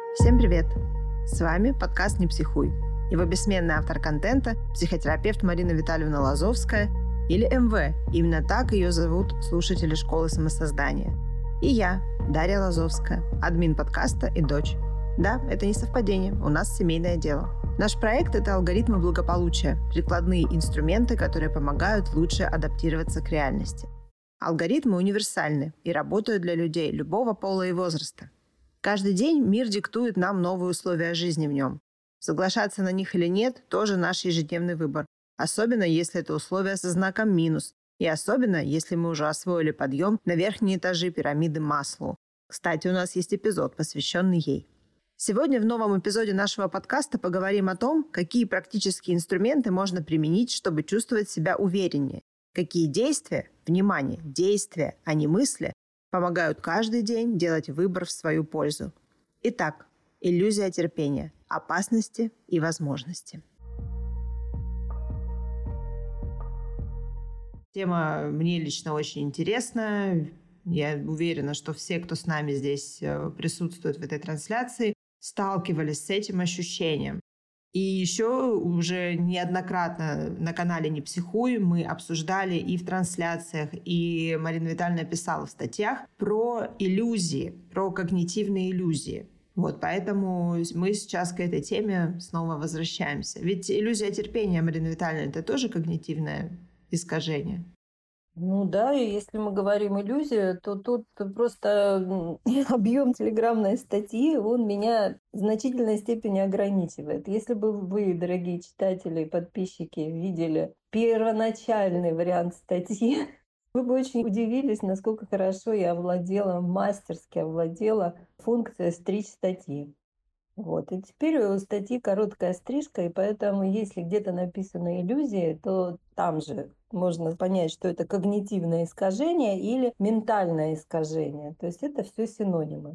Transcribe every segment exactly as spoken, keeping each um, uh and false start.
Всем привет! С вами подкаст «Не психуй». Его бессменный автор контента – психотерапевт Марина Витальевна Лазовская, или эм вэ. Именно так ее зовут слушатели школы самосоздания. И я, Дарья Лазовская, админ подкаста и дочь. Да, это не совпадение, у нас семейное дело. Наш проект – это алгоритмы благополучия, прикладные инструменты, которые помогают лучше адаптироваться к реальности. Алгоритмы универсальны и работают для людей любого пола и возраста. Каждый день мир диктует нам новые условия жизни в нем. Соглашаться на них или нет – тоже наш ежедневный выбор. Особенно, если это условия со знаком минус. И особенно, если мы уже освоили подъем на верхние этажи пирамиды Маслоу. Кстати, у нас есть эпизод, посвященный ей. Сегодня в новом эпизоде нашего подкаста поговорим о том, какие практические инструменты можно применить, чтобы чувствовать себя увереннее. Какие действия, внимание, действия, а не мысли, помогают каждый день делать выбор в свою пользу. Итак, иллюзия терпения, опасности и возможности. Тема мне лично очень интересна. Я уверена, что все, кто с нами здесь присутствует в этой трансляции, сталкивались с этим ощущением. И еще уже неоднократно на канале «Не психуй» мы обсуждали и в трансляциях, и Марина Витальевна писала в статьях про иллюзии, про когнитивные иллюзии. Вот, поэтому мы сейчас к этой теме снова возвращаемся. Ведь иллюзия терпения, Марина Витальевна, это тоже когнитивное искажение. Ну да, и если мы говорим иллюзия, то тут просто объем телеграммной статьи, он меня в значительной степени ограничивает. Если бы вы, дорогие читатели и подписчики, видели первоначальный вариант статьи, вы бы очень удивились, насколько хорошо я овладела, мастерски овладела функцией стричь статьи. Вот. И теперь у статьи короткая стрижка, и поэтому, если где-то написано иллюзия, то там же можно понять, что это когнитивное искажение или ментальное искажение. То есть это все синонимы.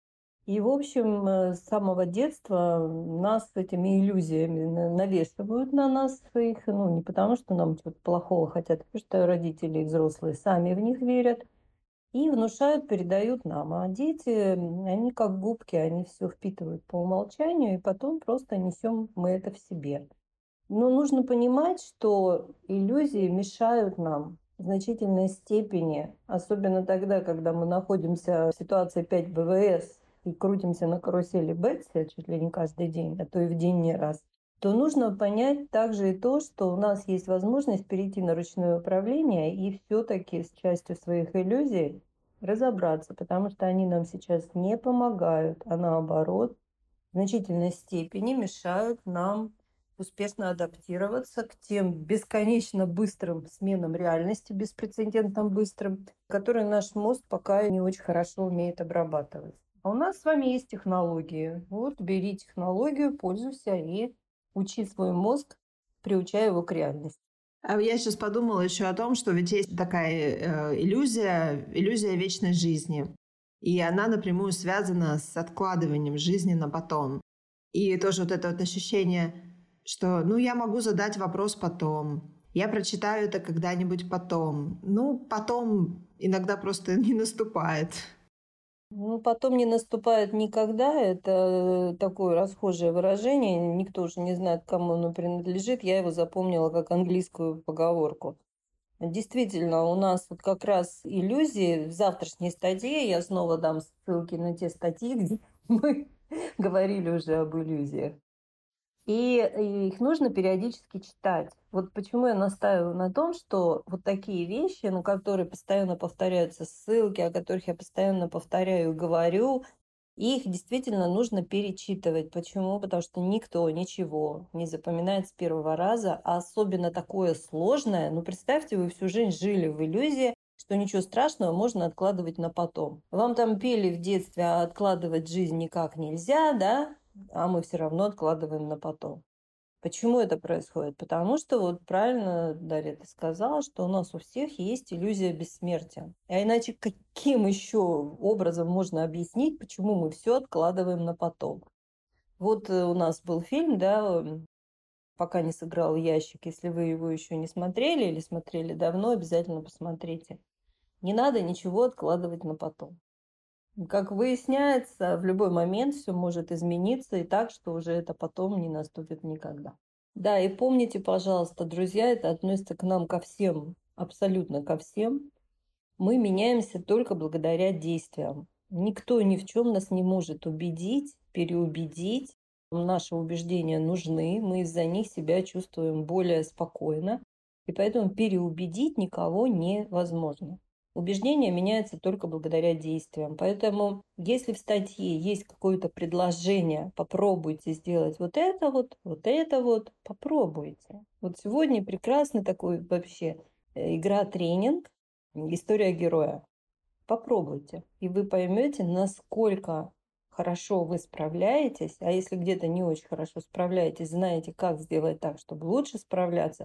И, в общем, с самого детства нас этими иллюзиями навешивают на нас их, ну, не потому что нам что-то плохого хотят, а потому что родители и взрослые сами в них верят. И внушают, передают нам. А дети, они как губки, они все впитывают по умолчанию, и потом просто несем мы это в себе. Но нужно понимать, что иллюзии мешают нам в значительной степени, особенно тогда, когда мы находимся в ситуации пять бэ вэ эс и крутимся на карусели Бетси чуть ли не каждый день, а то и в день не раз, то нужно понять также и то, что у нас есть возможность перейти на ручное управление и все-таки с частью своих иллюзий разобраться, потому что они нам сейчас не помогают, а наоборот, в значительной степени мешают нам успешно адаптироваться к тем бесконечно быстрым сменам реальности, беспрецедентно быстрым, которые наш мозг пока не очень хорошо умеет обрабатывать. А у нас с вами есть технологии. Вот бери технологию, пользуйся и учи свой мозг, приучая его к реальности. А я сейчас подумала еще о том, что ведь есть такая э, иллюзия, иллюзия вечной жизни. И она напрямую связана с откладыванием жизни на потом. И тоже вот это вот ощущение, что ну я могу задать вопрос потом, я прочитаю это когда-нибудь потом. Ну, потом иногда просто не наступает. Ну, потом не наступает никогда. Это такое расхожее выражение. Никто уже не знает, кому оно принадлежит. Я его запомнила как английскую поговорку. Действительно, у нас вот как раз иллюзии в завтрашней статье, я снова дам ссылки на те статьи, где мы говорили уже об иллюзиях. И их нужно периодически читать. Вот почему я настаиваю на том, что вот такие вещи, на которые постоянно повторяются ссылки, о которых я постоянно повторяю и говорю, их действительно нужно перечитывать. Почему? Потому что никто ничего не запоминает с первого раза, а особенно такое сложное. Ну, представьте, вы всю жизнь жили в иллюзии, что ничего страшного можно откладывать на потом. Вам там пели в детстве, а откладывать жизнь никак нельзя, да? А мы все равно откладываем на потом. Почему это происходит? Потому что, вот правильно, Дарья, ты сказала, что у нас у всех есть иллюзия бессмертия. А иначе каким еще образом можно объяснить, почему мы все откладываем на потом? Вот у нас был фильм, да, «Пока не сыграл ящик». Если вы его еще не смотрели или смотрели давно, обязательно посмотрите. Не надо ничего откладывать на потом. Как выясняется, в любой момент все может измениться и так, что уже это потом не наступит никогда. Да, и помните, пожалуйста, друзья, это относится к нам ко всем, абсолютно ко всем. Мы меняемся только благодаря действиям. Никто ни в чем нас не может убедить, переубедить. Наши убеждения нужны, мы из-за них себя чувствуем более спокойно, и поэтому переубедить никого невозможно. Убеждения меняются только благодаря действиям. Поэтому, если в статье есть какое-то предложение, попробуйте сделать вот это вот, вот это вот, попробуйте. Вот сегодня прекрасный такой вообще э, игра-тренинг, история героя. Попробуйте, и вы поймете, насколько хорошо вы справляетесь, а если где-то не очень хорошо справляетесь, знаете, как сделать так, чтобы лучше справляться,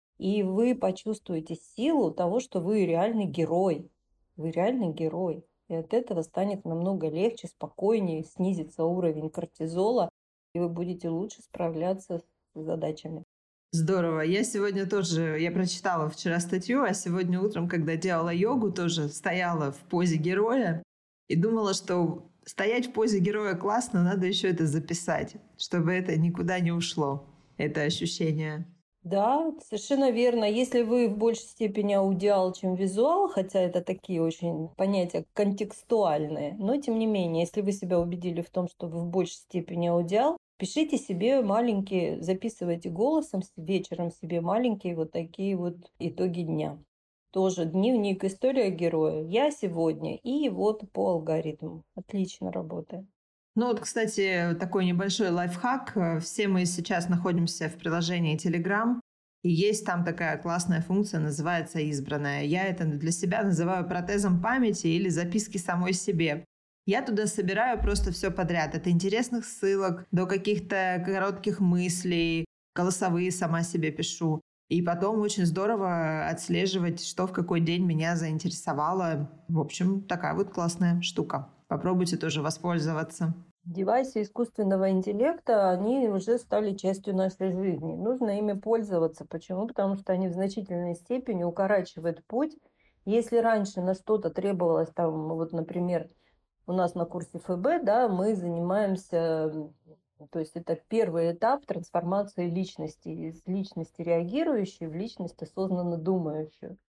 и вы почувствуете силу того, что вы реальный герой. Вы реальный герой. И от этого станет намного легче, спокойнее, снизится уровень кортизола, и вы будете лучше справляться с задачами. Здорово. Я сегодня тоже, я прочитала вчера статью, а сегодня утром, когда делала йогу, тоже стояла в позе героя и думала, что стоять в позе героя классно, надо еще это записать, чтобы это никуда не ушло, это ощущение. Да, совершенно верно. Если вы в большей степени аудиал, чем визуал, хотя это такие очень понятия контекстуальные, но тем не менее, если вы себя убедили в том, что вы в большей степени аудиал, пишите себе маленькие, записывайте голосом с- вечером себе маленькие вот такие вот итоги дня. Тоже дневник, история героя. Я сегодня и вот по алгоритму. Отлично работает. Ну вот, кстати, такой небольшой лайфхак. Э, Все мы сейчас находимся в приложении Telegram, и есть там такая классная функция, называется «Избранная». Я это для себя называю протезом памяти или записки самой себе. Я туда собираю просто все подряд. От интересных ссылок до каких-то коротких мыслей, голосовые сама себе пишу. И потом очень здорово отслеживать, что в какой день меня заинтересовало. В общем, такая вот классная штука. Попробуйте тоже воспользоваться. Девайсы искусственного интеллекта, они уже стали частью нашей жизни. Нужно ими пользоваться. Почему? Потому что они в значительной степени укорачивают путь. Если раньше на что-то требовалось, там, вот, например, у нас на курсе ФБ, да, мы занимаемся, м, то есть это первый этап трансформации личности, из личности реагирующей в личность осознанно думающую.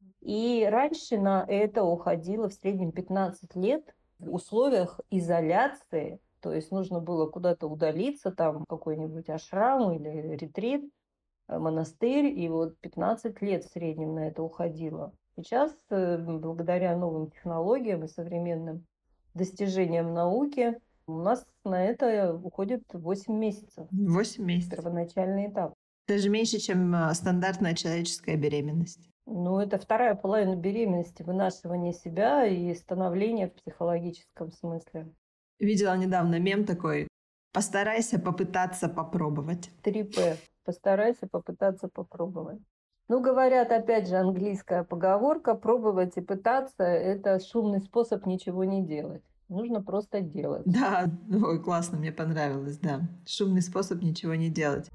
И раньше на это уходило в среднем пятнадцать лет в условиях изоляции. То есть нужно было куда-то удалиться, там какой-нибудь ашрам или ретрит, э, монастырь, и вот пятнадцать лет в среднем на это уходило. Сейчас, э, благодаря новым технологиям и современным достижениям науки, у нас на это уходит восемь месяцев, Восемь месяцев. первоначальный этап. Даже меньше, чем а, стандартная человеческая беременность. Ну, это вторая половина беременности, вынашивание себя и становление в психологическом смысле. Видела недавно мем такой. Постарайся попытаться попробовать. три П. Постарайся попытаться попробовать. Ну, говорят, опять же, английская поговорка: пробовать и пытаться – это шумный способ ничего не делать. Нужно просто делать. Да, ой, классно, мне понравилось, да. Шумный способ ничего не делать.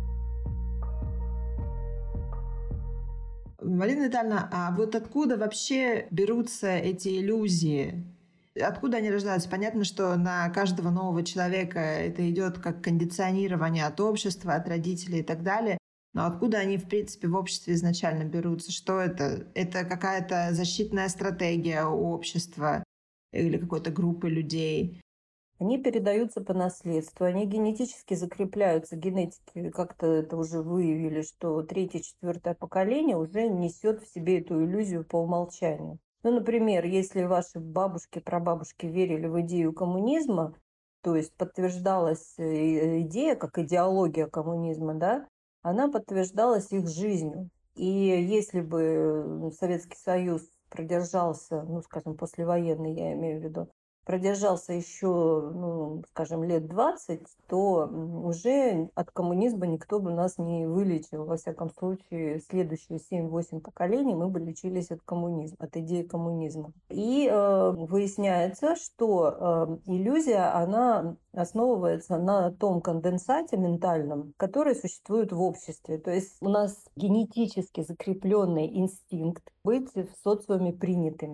Марина Витальевна, а вот откуда вообще берутся эти иллюзии? Откуда они рождаются? Понятно, что на каждого нового человека это идет как кондиционирование от общества, от родителей и так далее. Но откуда они, в принципе, в обществе изначально берутся? Что это? Это какая-то защитная стратегия у общества или какой-то группы людей? Они передаются по наследству, они генетически закрепляются. Генетики как-то это уже выявили, что третье, четвертое поколение уже несет в себе эту иллюзию по умолчанию. Ну, например, если ваши бабушки, прабабушки верили в идею коммунизма, то есть подтверждалась э, идея, как идеология коммунизма, да, она подтверждалась их жизнью. И если бы Советский Союз продержался, ну, скажем, послевоенный, я имею в виду, продержался еще, ну, скажем, лет двадцать, то м, уже от коммунизма никто бы нас не вылечил. Во всяком случае, следующие семь-восемь поколений мы бы лечились от коммунизма, от идеи коммунизма. И э, выясняется, что э, иллюзия, она основывается на том конденсате ментальном, который существует в обществе. То есть у нас генетически закрепленный инстинкт быть в социуме принятыми.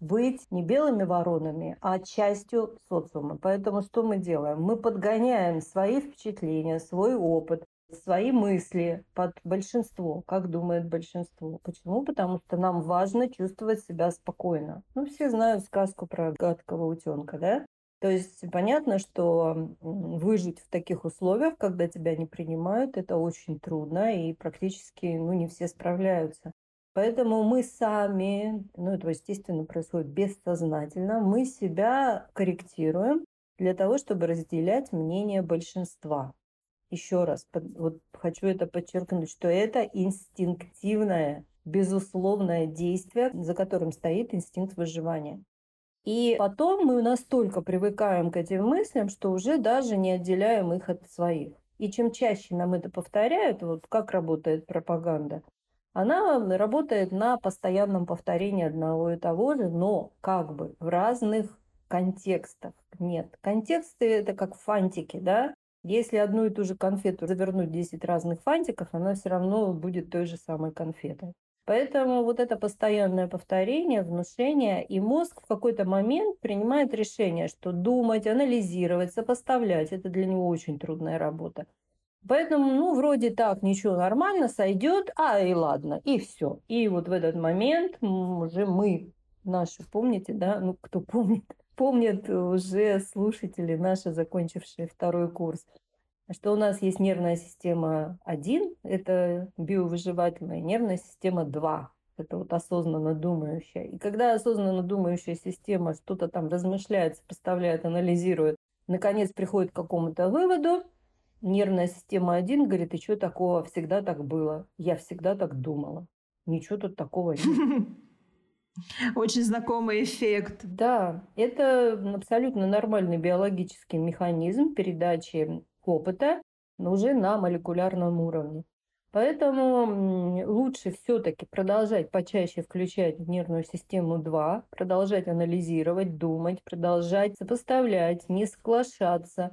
быть не белыми воронами, а частью социума. Поэтому что мы делаем? Мы подгоняем свои впечатления, свой опыт, свои мысли под большинство, как думает большинство. Почему? Потому что нам важно чувствовать себя спокойно. Ну, все знают сказку про гадкого утенка, да? То есть понятно, что выжить в таких условиях, когда тебя не принимают, это очень трудно, и практически ну, не все справляются. Поэтому мы сами, ну это, естественно, происходит бессознательно, мы себя корректируем для того, чтобы разделять мнение большинства. Еще раз, вот хочу это подчеркнуть, что это инстинктивное, безусловное действие, за которым стоит инстинкт выживания. И потом мы настолько привыкаем к этим мыслям, что уже даже не отделяем их от своих. И чем чаще нам это повторяют, вот как работает пропаганда, она работает на постоянном повторении одного и того же, но как бы в разных контекстах. Нет, контексты это как фантики, да? Если одну и ту же конфету завернуть в десять разных фантиков, она все равно будет той же самой конфетой. Поэтому вот это постоянное повторение, внушение, и мозг в какой-то момент принимает решение, что думать, анализировать, сопоставлять – это для него очень трудная работа. Поэтому, ну, вроде так, ничего, нормально, сойдет, а и ладно, и все. И вот в этот момент уже мы, наши, помните, да, ну, кто помнит, помнят уже слушатели наши, закончившие второй курс, что у нас есть нервная система один, это биовыживательная, нервная система два, это вот осознанно думающая. И когда осознанно думающая система что-то там размышляет, сопоставляет, анализирует, наконец приходит к какому-то выводу, нервная система один говорит, и что такого, всегда так было, я всегда так думала, ничего тут такого нет. Очень знакомый эффект. Да, это абсолютно нормальный биологический механизм передачи опыта, но уже на молекулярном уровне. Поэтому лучше все-таки продолжать почаще включать нервную систему два, продолжать анализировать, думать, продолжать сопоставлять, не соглашаться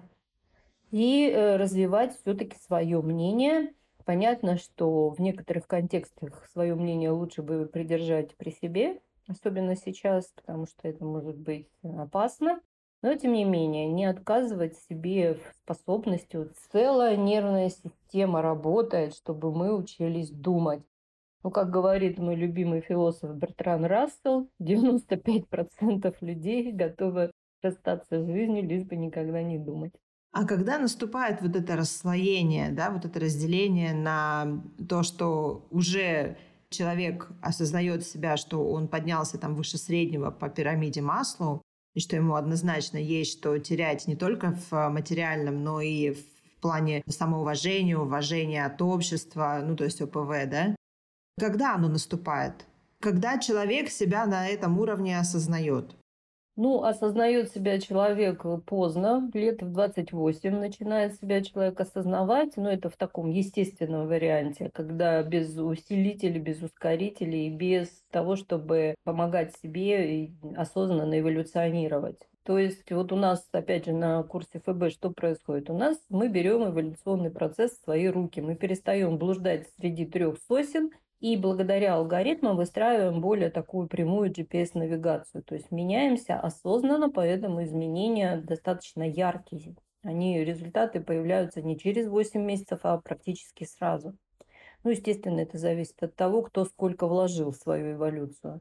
и развивать все-таки свое мнение. Понятно, что в некоторых контекстах свое мнение лучше бы придержать при себе, особенно сейчас, потому что это может быть опасно. Но, тем не менее, не отказывать себе в способности. Вот целая нервная система работает, чтобы мы учились думать. Ну, как говорит мой любимый философ Бертран Рассел, девяносто пять процентов людей готовы расстаться с жизнью, лишь бы никогда не думать. А когда наступает вот это расслоение, да, вот это разделение на то, что уже человек осознает себя, что он поднялся там выше среднего по пирамиде Маслоу, и что ему однозначно есть что терять не только в материальном, но и в плане самоуважения, уважения от общества, ну то есть О П В, да? Когда оно наступает? Когда человек себя на этом уровне осознает? Ну, осознает себя человек поздно, лет в двадцать восемь начинает себя человек осознавать, но это в таком естественном варианте, когда без усилителей, без ускорителей, без того, чтобы помогать себе и осознанно эволюционировать. То есть вот у нас, опять же, на курсе Эф Бэ что происходит? У нас мы берем эволюционный процесс в свои руки, мы перестаем блуждать среди трех сосен, и благодаря алгоритмам выстраиваем более такую прямую Джи Пи Эс-навигацию. То есть меняемся осознанно, поэтому изменения достаточно яркие. Они, результаты появляются не через восемь месяцев, а практически сразу. Ну, естественно, это зависит от того, кто сколько вложил в свою эволюцию.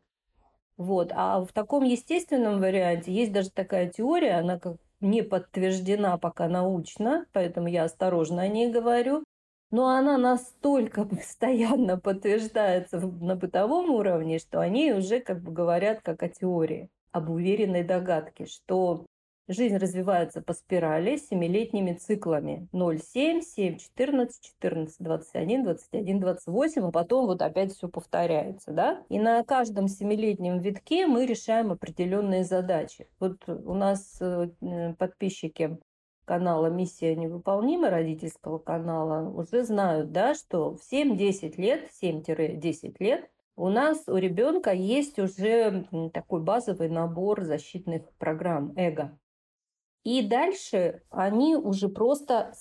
Вот. А в таком естественном варианте есть даже такая теория, она как не подтверждена пока научно, поэтому я осторожно о ней говорю. Но она настолько постоянно подтверждается на бытовом уровне, что они уже как бы говорят как о теории, об уверенной догадке, что жизнь развивается по спирали семилетними циклами ноль семь, семь четырнадцать, четырнадцать двадцать один, двадцать один двадцать восемь, а потом вот опять все повторяется, да? И на каждом семилетнем витке мы решаем определенные задачи. Вот у нас подписчики канала «Миссия невыполнима», родительского канала, уже знают, да, что в семь-десять лет, семь-десять лет у нас, у ребенка есть уже такой базовый набор защитных программ эго. И дальше они уже просто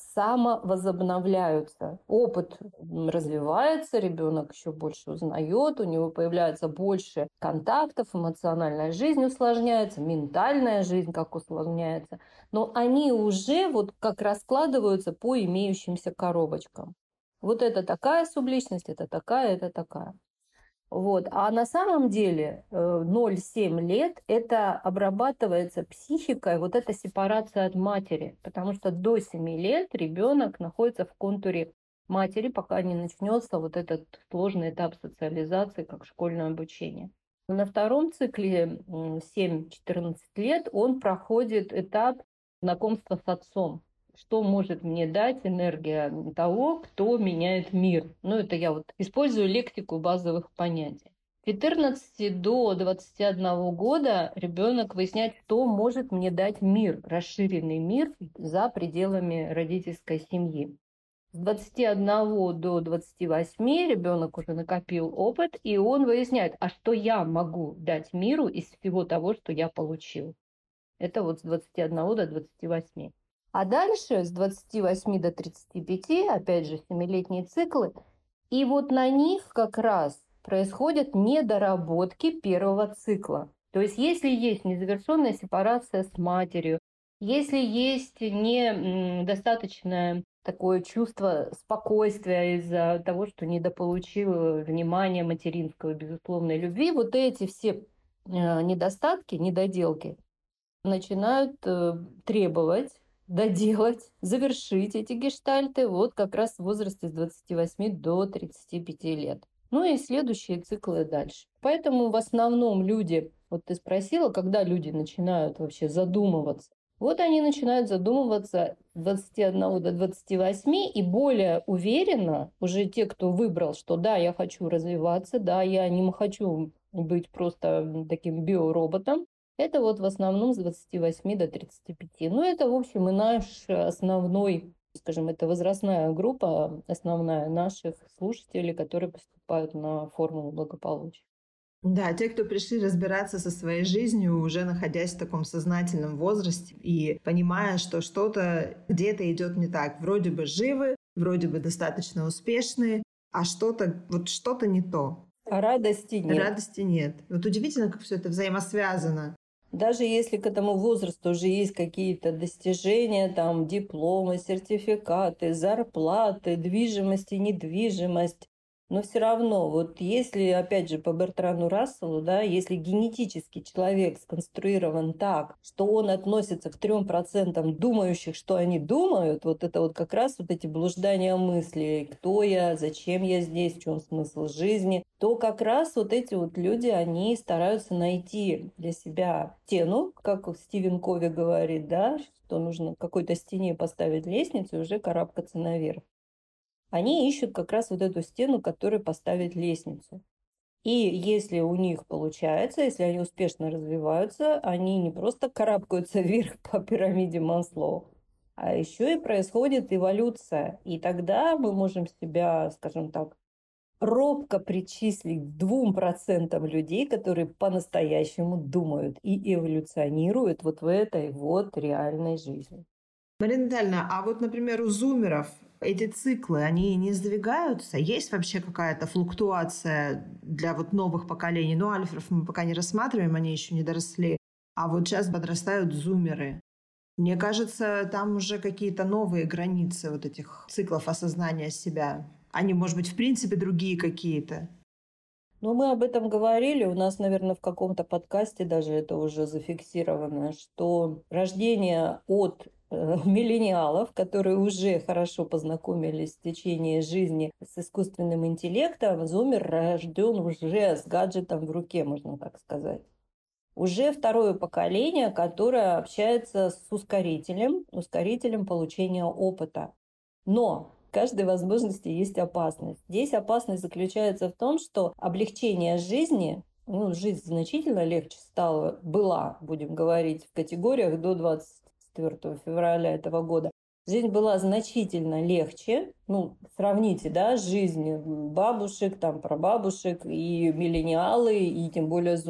самовозобновляются. Опыт развивается, ребенок еще больше узнает, у него появляется больше контактов, эмоциональная жизнь усложняется, ментальная жизнь как усложняется. Но они уже вот как раскладываются по имеющимся коробочкам. Вот это такая субличность, это такая, это такая. Вот. А на самом деле ноль-семь лет это обрабатывается психикой, вот эта сепарация от матери, потому что до семи лет ребенок находится в контуре матери, пока не начнется вот этот сложный этап социализации, как школьное обучение. На втором цикле семь-четырнадцать лет он проходит этап знакомства с отцом. Что может мне дать энергия того, кто меняет мир. Ну, это я вот использую лексику базовых понятий. С четырнадцати до двадцати одного года ребенок выясняет, что может мне дать мир, расширенный мир за пределами родительской семьи. С двадцати одного до двадцати восьми ребенок уже накопил опыт, и он выясняет, а что я могу дать миру из всего того, что я получил. Это вот с двадцати одного до двадцати восьми. А дальше с двадцати восьми до тридцати пяти, опять же, семилетние циклы, и вот на них как раз происходят недоработки первого цикла. То есть если есть незавершенная сепарация с матерью, если есть недостаточное такое чувство спокойствия из-за того, что недополучил внимания материнского, безусловной любви, вот эти все недостатки, недоделки начинают требовать доделать, завершить эти гештальты вот как раз в возрасте с двадцати восьми до тридцати пяти лет. Ну и следующие циклы дальше. Поэтому в основном люди, вот ты спросила, когда люди начинают вообще задумываться. Вот они начинают задумываться с двадцати одного до двадцати восьми и более уверенно, уже те, кто выбрал, что да, я хочу развиваться, да, я не хочу быть просто таким биороботом, это вот в основном с двадцати восьми до тридцати пяти. Ну, это, в общем, и наш основной, скажем, это возрастная группа, основная наших слушателей, которые поступают на формулу благополучия. Да, те, кто пришли разбираться со своей жизнью, уже находясь в таком сознательном возрасте и понимая, что что-то где-то идет не так. Вроде бы живы, вроде бы достаточно успешные, а что-то, вот что-то не то. А радости нет. Радости нет. Вот удивительно, как все это взаимосвязано. Даже если к этому возрасту уже есть какие-то достижения, там дипломы, сертификаты, зарплаты, движимость и недвижимость, но все равно, вот если, опять же, по Бертрану Расселу, да, если генетически человек сконструирован так, что он относится к трем процентам думающих, что они думают, вот это вот как раз вот эти блуждания мыслей, кто я, зачем я здесь, в чем смысл жизни, то как раз вот эти вот люди, они стараются найти для себя стену, как Стивен Кови говорит, да, что нужно к какой-то стене поставить лестницу и уже карабкаться наверх. Они ищут как раз вот эту стену, которая поставит лестницу. И если у них получается, если они успешно развиваются, они не просто карабкаются вверх по пирамиде Маслоу, а еще и происходит эволюция. И тогда мы можем себя, скажем так, робко причислить к двум процентам людей, которые по-настоящему думают и эволюционируют вот в этой вот реальной жизни. Марина Витальевна, а вот, например, у зумеров эти циклы, они не сдвигаются? Есть вообще какая-то флуктуация для вот новых поколений? Ну, альфов мы пока не рассматриваем, они еще не доросли. А вот сейчас подрастают зумеры. Мне кажется, там уже какие-то новые границы вот этих циклов осознания себя. Они, может быть, в принципе другие какие-то. Ну, мы об этом говорили, у нас, наверное, в каком-то подкасте даже это уже зафиксировано, что рождение от э, миллениалов, которые уже хорошо познакомились в течение жизни с искусственным интеллектом, зумер рожден уже с гаджетом в руке, можно так сказать. Уже второе поколение, которое общается с ускорителем, ускорителем получения опыта. Но в каждой возможности есть опасность. Здесь опасность заключается в том, что облегчение жизни, ну, жизнь значительно легче стала, была, будем говорить, в категориях до двадцать четвёртого февраля этого года. Жизнь была значительно легче. Ну, сравните, да, жизнь бабушек, там, прабабушек и миллениалы, и тем более зумеры.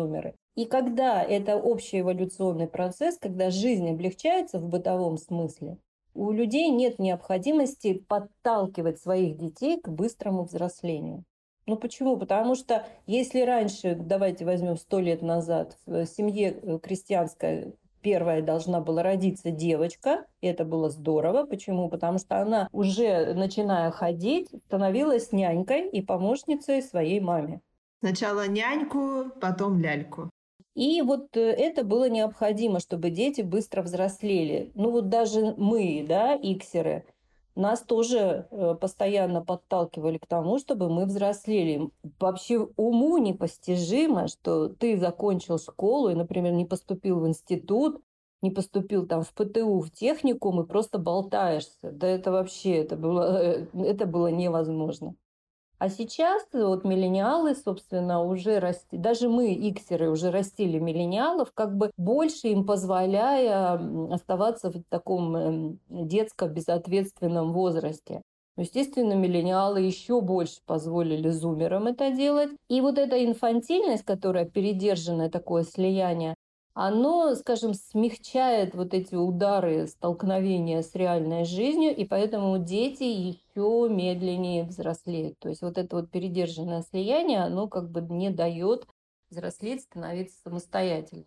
И когда это общий эволюционный процесс, когда жизнь облегчается в бытовом смысле, у людей нет необходимости подталкивать своих детей к быстрому взрослению. Ну почему? Потому что если раньше, давайте возьмем сто лет назад, в семье крестьянской первая должна была родиться девочка, и это было здорово. Почему? Потому что она, уже начиная ходить, становилась нянькой и помощницей своей маме. Сначала няньку, потом ляльку. И вот это было необходимо, чтобы дети быстро взрослели. Ну вот даже мы, да, иксеры, нас тоже постоянно подталкивали к тому, чтобы мы взрослели. Вообще уму непостижимо, что ты закончил школу и, например, не поступил в институт, не поступил там в ПТУ, в техникум и просто болтаешься. Да это вообще, это было, это было невозможно. А сейчас вот миллениалы, собственно, уже расти, даже мы, иксеры, уже растили миллениалов, как бы больше им позволяя оставаться в таком детско-безответственном возрасте. Естественно, миллениалы еще больше позволили зумерам это делать. И вот эта инфантильность, которая передержанное такое слияние, оно, скажем, смягчает вот эти удары, столкновения с реальной жизнью, и поэтому дети еще медленнее взрослеют. То есть вот это вот передержанное слияние, оно как бы не дает взрослеть, становиться самостоятельным.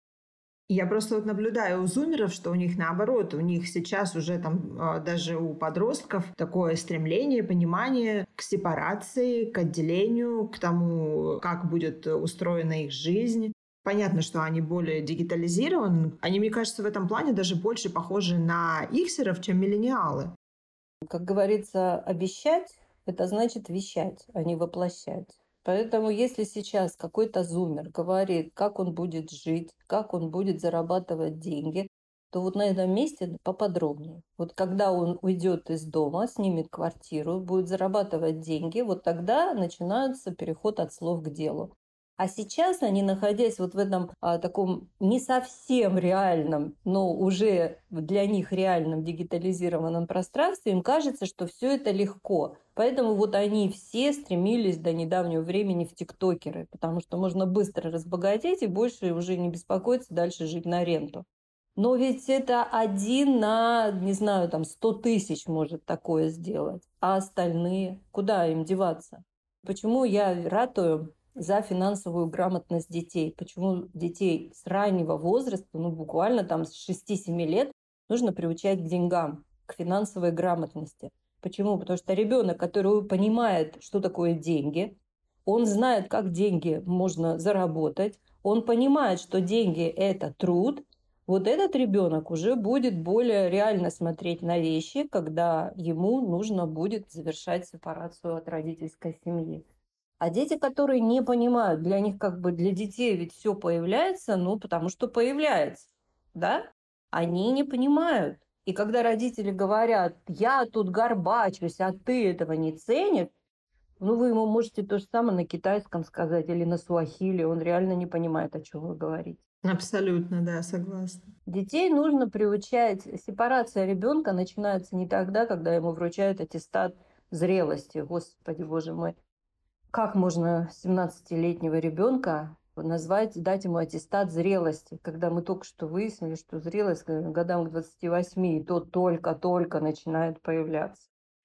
Я просто вот наблюдаю у зумеров, что у них наоборот, у них сейчас уже там даже у подростков такое стремление, понимание к сепарации, к отделению, к тому, как будет устроена их жизнь. Понятно, что они более дигитализированы. Они, мне кажется, в этом плане даже больше похожи на иксеров, чем миллениалы. Как говорится, обещать – это значит вещать, а не воплощать. Поэтому если сейчас какой-то зумер говорит, как он будет жить, как он будет зарабатывать деньги, то вот на этом месте поподробнее. Вот когда он уйдет из дома, снимет квартиру, будет зарабатывать деньги, вот тогда начинается переход от слов к делу. А сейчас они, находясь вот в этом а, таком не совсем реальном, но уже для них реальном дигитализированном пространстве, им кажется, что все это легко. Поэтому вот они все стремились до недавнего времени в тиктокеры, потому что можно быстро разбогатеть и больше уже не беспокоиться дальше жить на ренту. Но ведь это один на, не знаю, там сто тысяч может такое сделать. А остальные, куда им деваться? Почему я ратую за финансовую грамотность детей? Почему детей с раннего возраста, ну буквально там с шести-семи лет, нужно приучать к деньгам, к финансовой грамотности? Почему? Потому что ребенок, который понимает, что такое деньги, он знает, как деньги можно заработать, он понимает, что деньги – это труд. Вот этот ребенок уже будет более реально смотреть на вещи, когда ему нужно будет завершать сепарацию от родительской семьи. А дети, которые не понимают, для них как бы для детей ведь все появляется, ну потому что появляется, да? Они не понимают. И когда родители говорят, я тут горбачусь, а ты этого не ценишь, ну вы ему можете то же самое на китайском сказать или на суахили, он реально не понимает, о чем вы говорите. Абсолютно, да, согласна. Детей нужно приучать. Сепарация ребенка начинается не тогда, когда ему вручают аттестат зрелости. Господи, боже мой. Как можно семнадцатилетнего ребенка назвать, дать ему аттестат зрелости, когда мы только что выяснили, что зрелость к годам к двадцати восьми, и то только-только начинает появляться.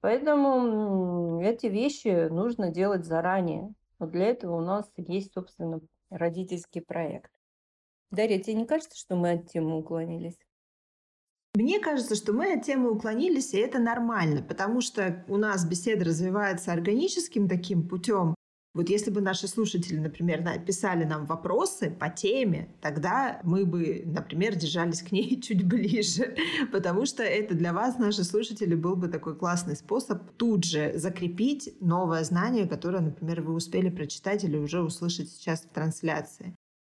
Поэтому эти вещи нужно делать заранее. Вот для этого у нас есть, собственно, родительский проект. Дарья, тебе не кажется, что мы от темы уклонились? Мне кажется, что мы от темы уклонились, и это нормально, потому что у нас беседа развивается органическим таким путем. Вот если бы наши слушатели, например, написали нам вопросы по теме, тогда мы бы, например, держались к ней чуть ближе, потому что это для вас, наши слушатели, был бы такой классный способ тут же закрепить новое знание, которое, например, вы успели прочитать или уже услышать сейчас в трансляции.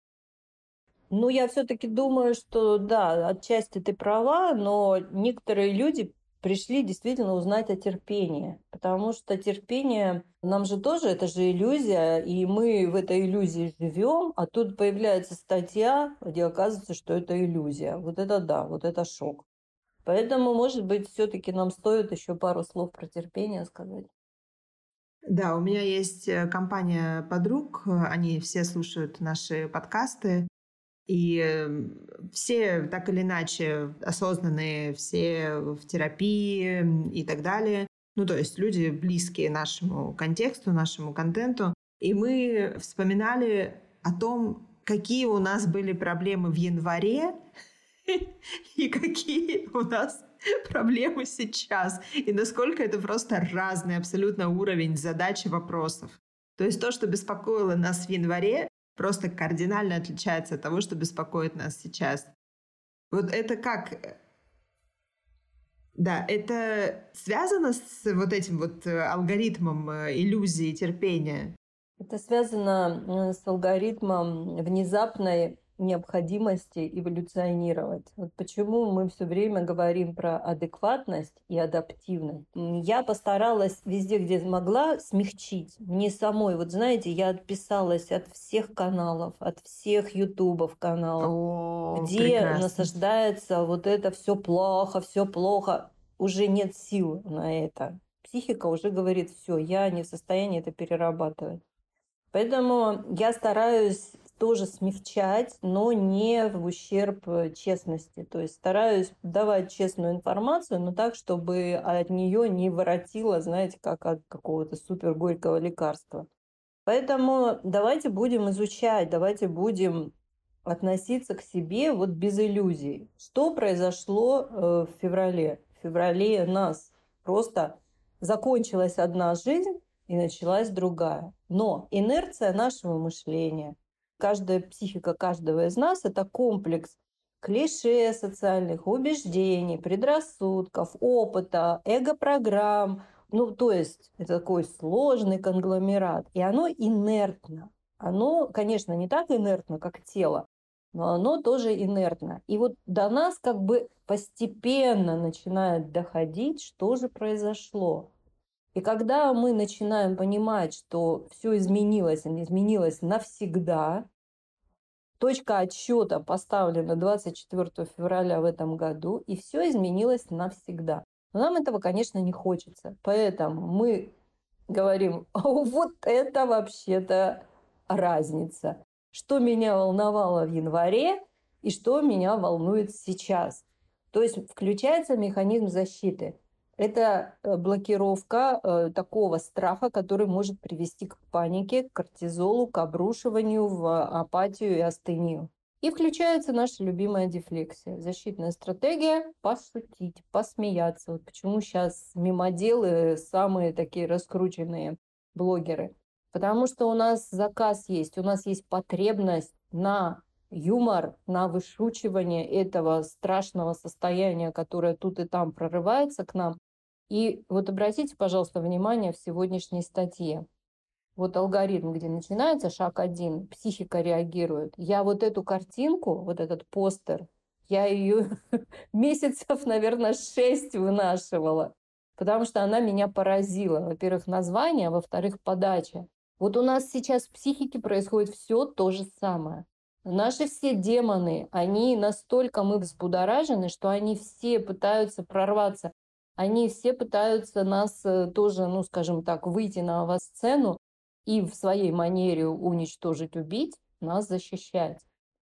Ну, я все-таки думаю, что да, отчасти ты права, но некоторые люди пришли действительно узнать о терпении, потому что терпение нам же тоже, это же иллюзия, и мы в этой иллюзии живем, а тут появляется статья, где оказывается, что это иллюзия. Вот это да, вот это шок. Поэтому, может быть, все-таки нам стоит еще пару слов про терпение сказать. Да, у меня есть э, компания подруг, э, они все слушают наши подкасты, и э, все так или иначе осознанные, все в терапии м, и так далее. Ну, то есть люди близкие нашему контексту, нашему контенту. И мы вспоминали о том, какие у нас были проблемы в январе и какие у нас проблемы сейчас. И насколько это просто разный абсолютно уровень задач и вопросов. То есть то, что беспокоило нас в январе, просто кардинально отличается от того, что беспокоит нас сейчас. Вот это как... Да, это связано с вот этим вот э, алгоритмом э, иллюзии терпения. Это связано э, с алгоритмом внезапной необходимости эволюционировать. Вот почему мы все время говорим про адекватность и адаптивность. М, Я постаралась везде, где могла, смягчить. Мне самой, вот знаете, я отписалась от всех каналов, от всех ютубов каналов, О, где прекрасно. насаждается вот это все плохо, все плохо. Уже нет сил на это. Психика уже говорит, все, я не в состоянии это перерабатывать. Поэтому я стараюсь тоже смягчать, но не в ущерб э, честности. То есть стараюсь давать честную информацию, но так, чтобы от нее не воротило, знаете, как от какого-то супер горького лекарства. Поэтому давайте будем изучать, давайте будем относиться к себе вот без иллюзий. Что произошло э, в феврале? В феврале нас просто закончилась одна жизнь и началась другая. Но инерция нашего мышления, каждая психика каждого из нас – это комплекс клише социальных, убеждений, предрассудков, опыта, эго-программ. Ну, то есть это такой сложный конгломерат, и оно инертно. Оно, конечно, не так инертно, как тело, но оно тоже инертно. И вот до нас как бы постепенно начинает доходить, что же произошло. И когда мы начинаем понимать, что все изменилось, и изменилось навсегда, точка отсчета поставлена двадцать четвёртого февраля в этом году, и все изменилось навсегда. Но нам этого, конечно, не хочется. Поэтому мы говорим, «О, вот это вообще-то разница. Что меня волновало в январе и что меня волнует сейчас». То есть включается механизм защиты. Это э, блокировка э, такого страха, который может привести к панике, к кортизолу, к обрушиванию в апатию и астению. И включается наша любимая дефлексия. Защитная стратегия – пошутить, посмеяться. Вот почему сейчас мимоделы самые такие раскрученные блогеры. Потому что у нас заказ есть, у нас есть потребность на юмор, на вышучивание этого страшного состояния, которое тут и там прорывается к нам. И вот обратите, пожалуйста, внимание в сегодняшней статье. Вот алгоритм, где начинается шаг один, психика реагирует. Я вот эту картинку, вот этот постер, я ее месяцев, наверное, шесть вынашивала, потому что она меня поразила. Во-первых, название, а во-вторых, подача. Вот у нас сейчас в психике происходит все то же самое. Наши все демоны, они настолько мы взбудоражены, что они все пытаются прорваться. Они все пытаются нас э, тоже, ну, скажем так, выйти на авансцену и в своей манере уничтожить, убить, нас защищать.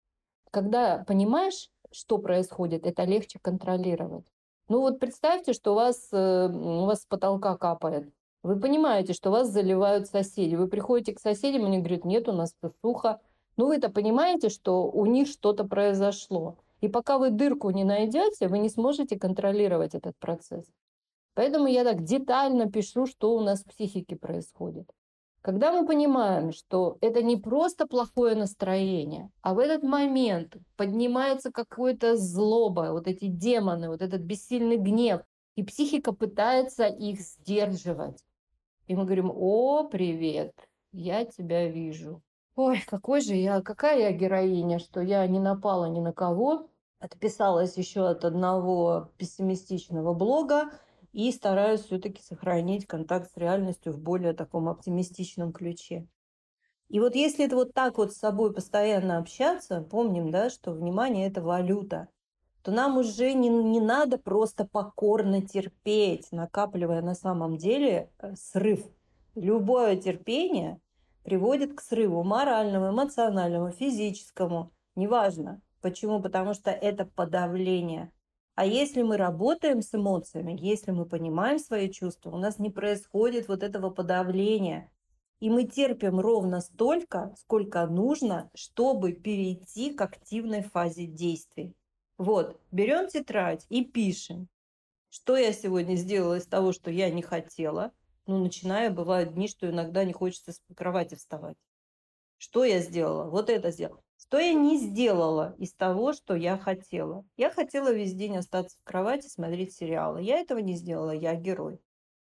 Когда понимаешь, что происходит, это легче контролировать. Ну вот представьте, что у вас, э, у вас с потолка капает. Вы понимаете, что вас заливают соседи. Вы приходите к соседям, они говорят, нет, у нас все сухо. Ну вы-то понимаете, что у них что-то произошло. И пока вы дырку не найдете, вы не сможете контролировать этот процесс. Поэтому я так детально пишу, что у нас в психике происходит. Когда мы понимаем, что это не просто плохое настроение, а в этот момент поднимается какое-то злоба, вот эти демоны, вот этот бессильный гнев, и психика пытается их сдерживать. И мы говорим, о, привет, я тебя вижу. Ой, какой же я, какая я героиня, что я не напала ни на кого, отписалась еще от одного пессимистичного блога, и стараюсь все-таки сохранить контакт с реальностью в более таком оптимистичном ключе. И вот если это вот так вот с собой постоянно общаться, помним, да, что внимание – это валюта, то нам уже не, не надо просто покорно терпеть, накапливая на самом деле э, срыв. Любое терпение приводит к срыву моральному, эмоциональному, физическому. Неважно. Почему? Потому что это подавление. А если мы работаем с эмоциями, если мы понимаем свои чувства, у нас не происходит вот этого подавления. И мы терпим ровно столько, сколько нужно, чтобы перейти к активной фазе действий. Вот, берем тетрадь и пишем, что я сегодня сделала из того, что я не хотела. Ну, начиная, бывают дни, что иногда не хочется с кровати вставать. Что я сделала? Вот это сделала. Что я не сделала из того, что я хотела? Я хотела весь день остаться в кровати, смотреть сериалы. Я этого не сделала, я герой.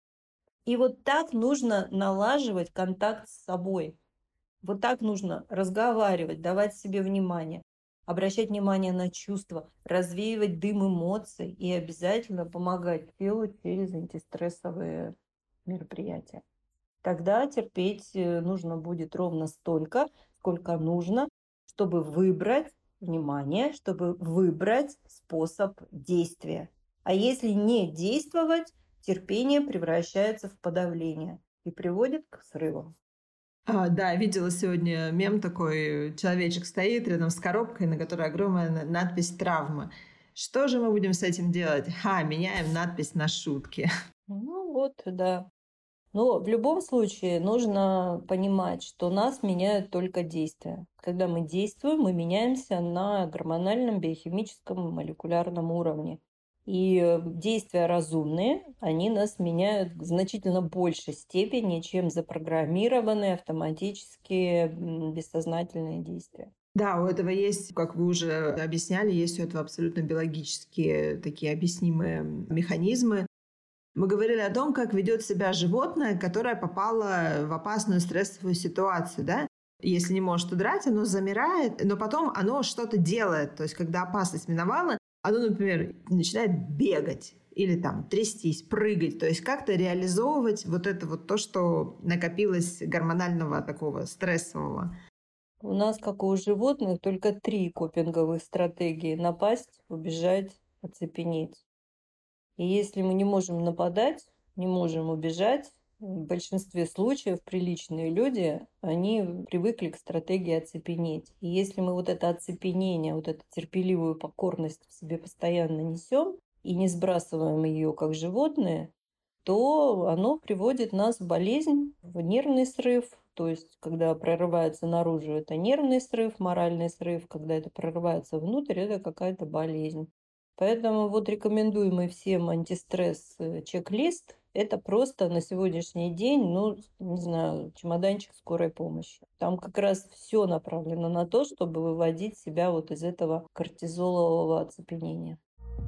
И вот так нужно налаживать контакт с собой. Вот так нужно разговаривать, давать себе внимание, обращать внимание на чувства, развеивать дым эмоций и обязательно помогать телу через антистрессовые мероприятия. Тогда терпеть нужно будет ровно столько, сколько нужно, чтобы выбрать внимание, чтобы выбрать способ действия. А если не действовать, терпение превращается в подавление и приводит к срывам. А, да, видела сегодня мем такой, человечек стоит рядом с коробкой, на которой огромная надпись «Травма». Что же мы будем с этим делать? Ха, меняем надпись на шутки. Ну вот, да. Но в любом случае нужно понимать, что нас меняют только действия. Когда мы действуем, мы меняемся на гормональном, биохимическом, молекулярном уровне. И действия разумные, они нас меняют в значительно большей степени, чем запрограммированные автоматические бессознательные действия. Да, у этого есть, как вы уже объясняли, есть у этого абсолютно биологические такие объяснимые механизмы. Мы говорили о том, как ведет себя животное, которое попало в опасную стрессовую ситуацию, да? Если не может удрать, оно замирает, но потом оно что-то делает. То есть, когда опасность миновала, оно, например, начинает бегать или там трястись, прыгать. То есть, как-то реализовывать вот это вот то, что накопилось гормонального такого стрессового. У нас, как и у животных, только три копинговых стратегии: напасть, убежать, оцепенеть. И если мы не можем нападать, не можем убежать, в большинстве случаев приличные люди, они привыкли к стратегии оцепенеть. И если мы вот это оцепенение, вот эту терпеливую покорность в себе постоянно несем и не сбрасываем ее как животные, то оно приводит нас в болезнь, в нервный срыв. То есть, когда прорывается наружу, это нервный срыв, моральный срыв. Когда это прорывается внутрь, это какая-то болезнь. Поэтому вот рекомендуемый всем антистресс чек-лист – это просто на сегодняшний день, ну, не знаю, чемоданчик скорой помощи. Там как раз все направлено на то, чтобы выводить себя вот из этого кортизолового оцепенения.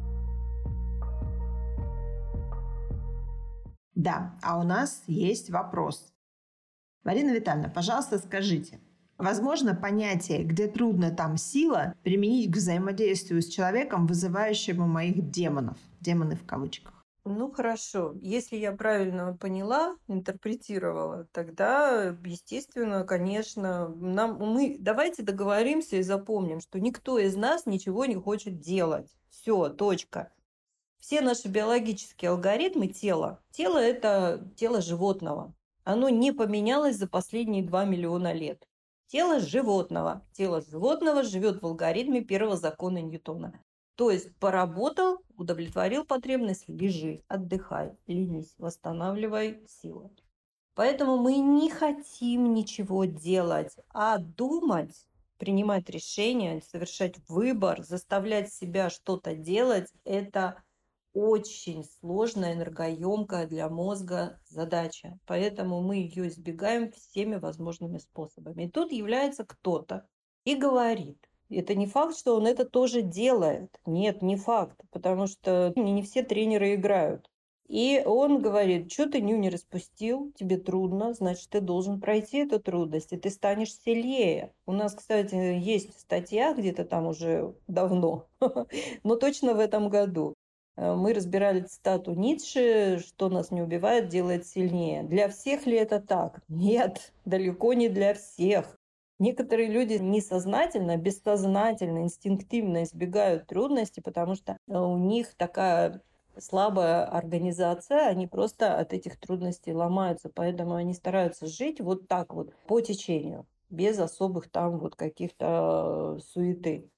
Да, а у нас есть вопрос. Марина Витальевна, пожалуйста, скажите, возможно понятие «где трудно, там сила» применить к взаимодействию с человеком, вызывающему моих демонов? Демоны в кавычках. Ну хорошо, если я правильно поняла, интерпретировала, тогда, естественно, конечно, нам, мы давайте договоримся и запомним, что никто из нас ничего не хочет делать. Все, точка. Все наши биологические алгоритмы тела. Тело – это тело животного. Оно не поменялось за последние два миллиона лет. Тело животного. Тело животного живет в алгоритме первого закона Ньютона. То есть поработал, удовлетворил потребность, лежи, отдыхай, ленись, восстанавливай силы. Поэтому мы не хотим ничего делать, а думать, принимать решения, совершать выбор, заставлять себя что-то делать – это очень сложная, энергоемкая для мозга задача. Поэтому мы ее избегаем всеми возможными способами. И тут является кто-то и говорит. Это не факт, что он это тоже делает. Нет, не факт, потому что не все тренеры играют. И он говорит, что ты нюни распустил, тебе трудно, значит, ты должен пройти эту трудность, и ты станешь сильнее. У нас, кстати, есть статья где-то там уже давно, но точно в этом году. Мы разбирали цитату Ницше, что нас не убивает, делает сильнее. Для всех ли это так? Нет, далеко не для всех. Некоторые люди несознательно, бессознательно, инстинктивно избегают трудностей, потому что у них такая слабая организация, они просто от этих трудностей ломаются, поэтому они стараются жить вот так вот, по течению, без особых там вот каких-то э, суеты.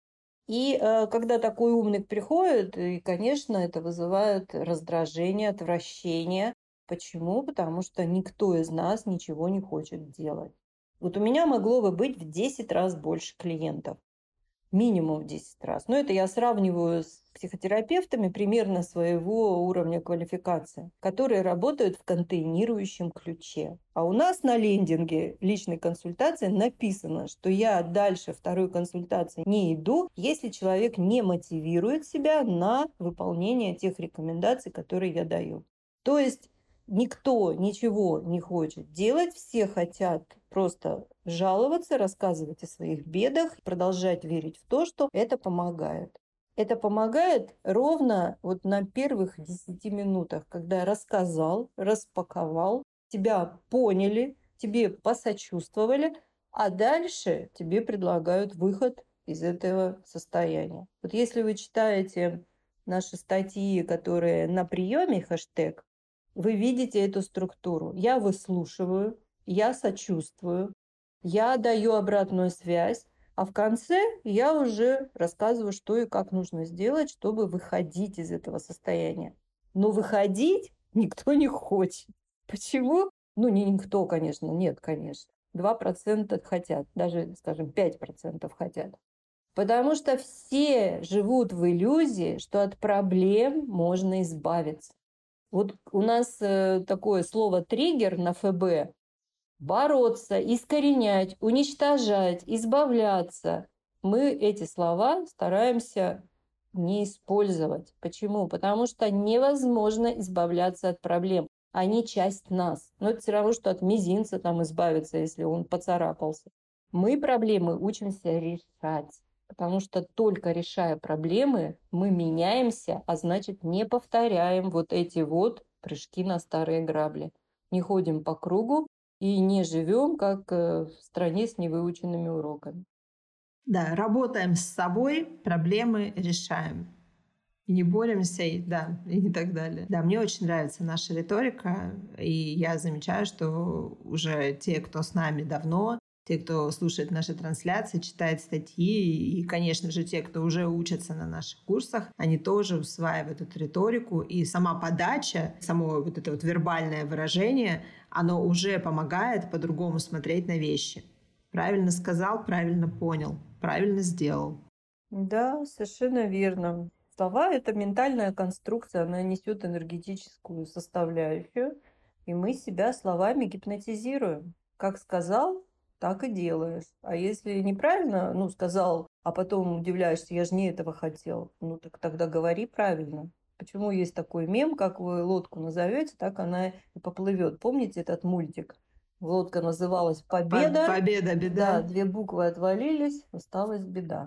И э, когда такой умник приходит, и, конечно, это вызывает раздражение, отвращение. Почему? Потому что никто из нас ничего не хочет делать. Вот у меня могло бы быть в десять раз больше клиентов. Минимум в десять раз. Но это я сравниваю с психотерапевтами примерно своего уровня квалификации, которые работают в контейнирующем ключе. А у нас на лендинге личной консультации написано, что я дальше второй консультации не иду, если человек не мотивирует себя на выполнение тех рекомендаций, которые я даю. То есть никто ничего не хочет делать, все хотят просто жаловаться, рассказывать о своих бедах, продолжать верить в то, что это помогает. Это помогает ровно вот на первых десяти минутах, когда рассказал, распаковал, тебя поняли, тебе посочувствовали, а дальше тебе предлагают выход из этого состояния. Вот если вы читаете наши статьи, которые на приеме, хэштег, вы видите эту структуру. Я выслушиваю, я сочувствую, я даю обратную связь, а в конце я уже рассказываю, что и как нужно сделать, чтобы выходить из этого состояния. Но выходить никто не хочет. Почему? Ну, не никто, конечно, нет, конечно. два процента хотят, даже, скажем, пять процентов хотят. Потому что все живут в иллюзии, что от проблем можно избавиться. Вот у нас э, такое слово «триггер» на эф бэ. Бороться, искоренять, уничтожать, избавляться. Мы эти слова стараемся не использовать. Почему? Потому что невозможно избавляться от проблем. Они часть нас. Но это все равно, что от мизинца там избавиться, если он поцарапался. Мы проблемы учимся решать. Потому что только решая проблемы, мы меняемся, а значит не повторяем вот эти вот прыжки на старые грабли. Не ходим по кругу и не живем, как в стране с невыученными уроками. Да, работаем с собой, проблемы решаем. И не боремся, и, да, и так далее. Да, мне очень нравится наша риторика, и я замечаю, что уже те, кто с нами давно, те, кто слушает наши трансляции, читает статьи, и, конечно же, те, кто уже учатся на наших курсах, они тоже усваивают эту риторику, и сама подача, само вот это вот вербальное выражение, оно уже помогает по-другому смотреть на вещи. Правильно сказал, правильно понял, правильно сделал. Да, совершенно верно. Слова — это ментальная конструкция, она несет энергетическую составляющую, и мы себя словами гипнотизируем. Как сказал, так и делаешь. А если неправильно, ну, сказал, а потом удивляешься, я же не этого хотел, ну, так тогда говори правильно. Почему есть такой мем, как вы лодку назовете, так она и поплывет. Помните этот мультик? Лодка называлась «Победа». Победа, беда. Да, две буквы отвалились, осталась беда.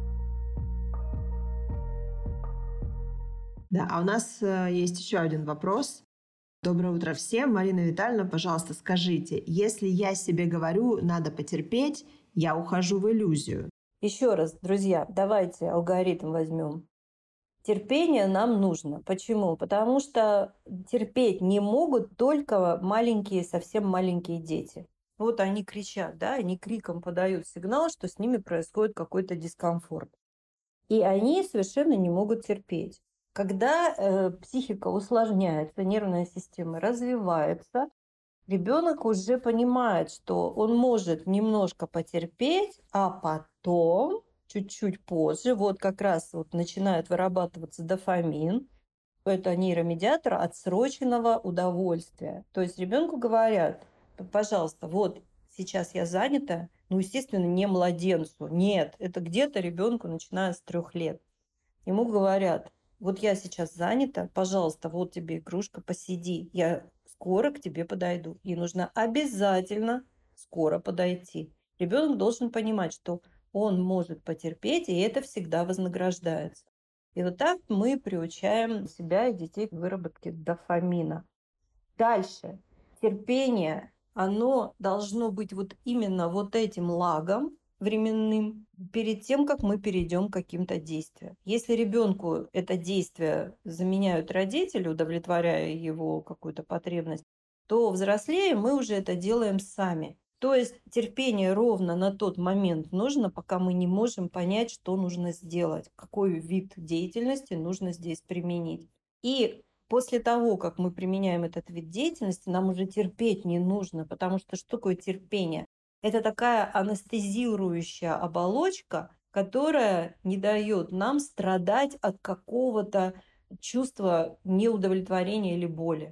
Да, а у нас э, есть еще один вопрос. Доброе утро всем. Марина Витальевна, пожалуйста, скажите, если я себе говорю, надо потерпеть, я ухожу в иллюзию. Еще раз, друзья, давайте алгоритм возьмем. Терпение нам нужно. Почему? Потому что терпеть не могут только маленькие, совсем маленькие дети. Вот они кричат, да, они криком подают сигнал, что с ними происходит какой-то дискомфорт. И они совершенно не могут терпеть. Когда э, психика усложняется, нервная система развивается, ребенок уже понимает, что он может немножко потерпеть, а потом, чуть-чуть позже, вот как раз вот начинает вырабатываться дофамин, это нейромедиатор отсроченного удовольствия. То есть ребенку говорят, пожалуйста, вот сейчас я занята, ну, естественно, не младенцу. Нет, это где-то ребенку, начиная с трех лет. Ему говорят, вот я сейчас занята, пожалуйста, вот тебе игрушка, посиди, я скоро к тебе подойду. И нужно обязательно скоро подойти. Ребенок должен понимать, что он может потерпеть, и это всегда вознаграждается. И вот так мы приучаем себя и детей к выработке дофамина. Дальше. Терпение, оно должно быть вот именно вот этим лагом, временным перед тем, как мы перейдем к каким-то действиям. Если ребенку это действие заменяют родители, удовлетворяя его какую-то потребность, то взрослее мы уже это делаем сами. То есть терпение ровно на тот момент нужно, пока мы не можем понять, что нужно сделать, какой вид деятельности нужно здесь применить. И после того, как мы применяем этот вид деятельности, нам уже терпеть не нужно, потому что что такое терпение? Это такая анестезирующая оболочка, которая не дает нам страдать от какого-то чувства неудовлетворения или боли.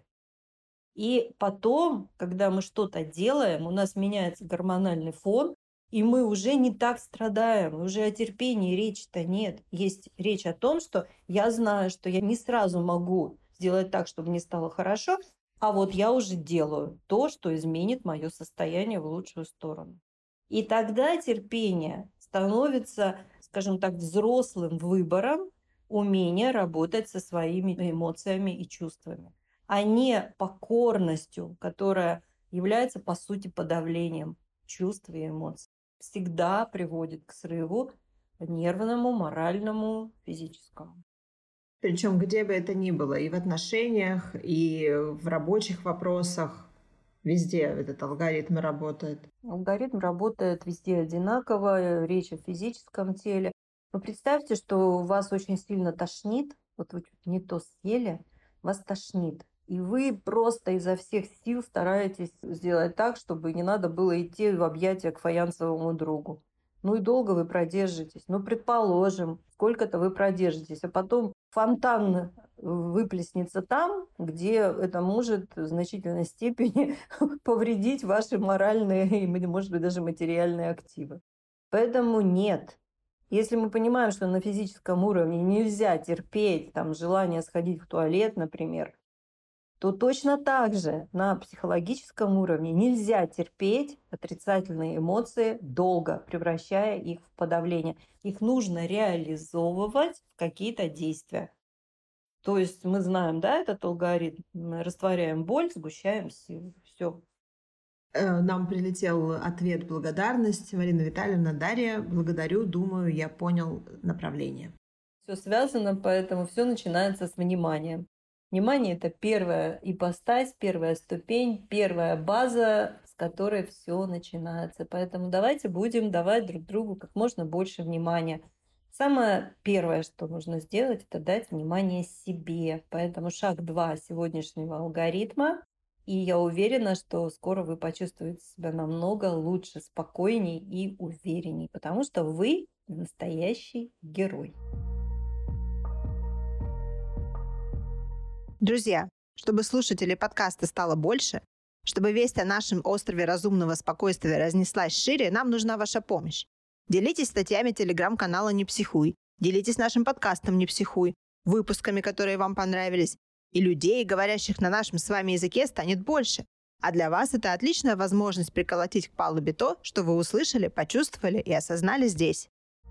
И потом, когда мы что-то делаем, у нас меняется гормональный фон, и мы уже не так страдаем, уже о терпении речи-то нет. Есть речь о том, что я знаю, что я не сразу могу сделать так, чтобы мне стало хорошо, а вот я уже делаю то, что изменит мое состояние в лучшую сторону. И тогда терпение становится, скажем так, взрослым выбором умения работать со своими эмоциями и чувствами, а не покорностью, которая является, по сути, подавлением чувств и эмоций. Всегда приводит к срыву нервному, моральному, физическому. Причем где бы это ни было, и в отношениях, и в рабочих вопросах, везде этот алгоритм работает. Алгоритм работает везде одинаково, речь о физическом теле. Но представьте, что вас очень сильно тошнит, вот вы чуть не то съели, вас тошнит. И вы просто изо всех сил стараетесь сделать так, чтобы не надо было идти в объятия к фаянсовому другу. Ну и долго вы продержитесь. Ну, предположим, сколько-то вы продержитесь, а потом фонтан выплеснется там, где это может в значительной степени повредить ваши моральные и, может быть, даже материальные активы. Поэтому нет. Если мы понимаем, что на физическом уровне нельзя терпеть там, желание сходить в туалет, например, то точно так же на психологическом уровне нельзя терпеть отрицательные эмоции долго, превращая их в подавление. Их нужно реализовывать в какие-то действия. То есть мы знаем, да, этот алгоритм. Мы растворяем боль, сгущаем силу. Все. Нам прилетел ответ благодарности. Марина Витальевна, Дарья, благодарю, думаю, я понял направление. Все связано, поэтому все начинается с внимания. Внимание – это первая ипостась, первая ступень, первая база, с которой все начинается. Поэтому давайте будем давать друг другу как можно больше внимания. Самое первое, что нужно сделать, это дать внимание себе. Поэтому шаг два сегодняшнего алгоритма. И я уверена, что скоро вы почувствуете себя намного лучше, спокойней и уверенней, потому что вы настоящий герой. Друзья, чтобы слушателей подкаста стало больше, чтобы весть о нашем острове разумного спокойствия разнеслась шире, нам нужна ваша помощь. Делитесь статьями телеграм-канала «Не психуй», делитесь нашим подкастом «Не психуй», выпусками, которые вам понравились, и людей, говорящих на нашем с вами языке, станет больше. А для вас это отличная возможность приколотить к палубе то, что вы услышали, почувствовали и осознали здесь.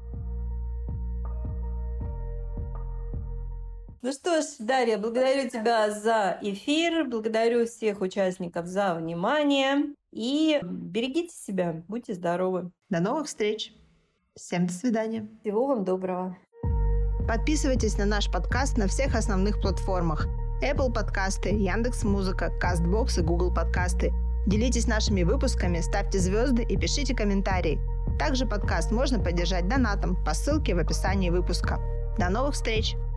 Ну что ж, Дарья, благодарю тебя за эфир, благодарю всех участников за внимание и берегите себя, будьте здоровы. До новых встреч. Всем до свидания. Всего вам доброго. Подписывайтесь на наш подкаст на всех основных платформах: Apple подкасты, Яндекс.Музыка, Castbox и Google подкасты. Делитесь нашими выпусками, ставьте звезды и пишите комментарии. Также подкаст можно поддержать донатом по ссылке в описании выпуска. До новых встреч!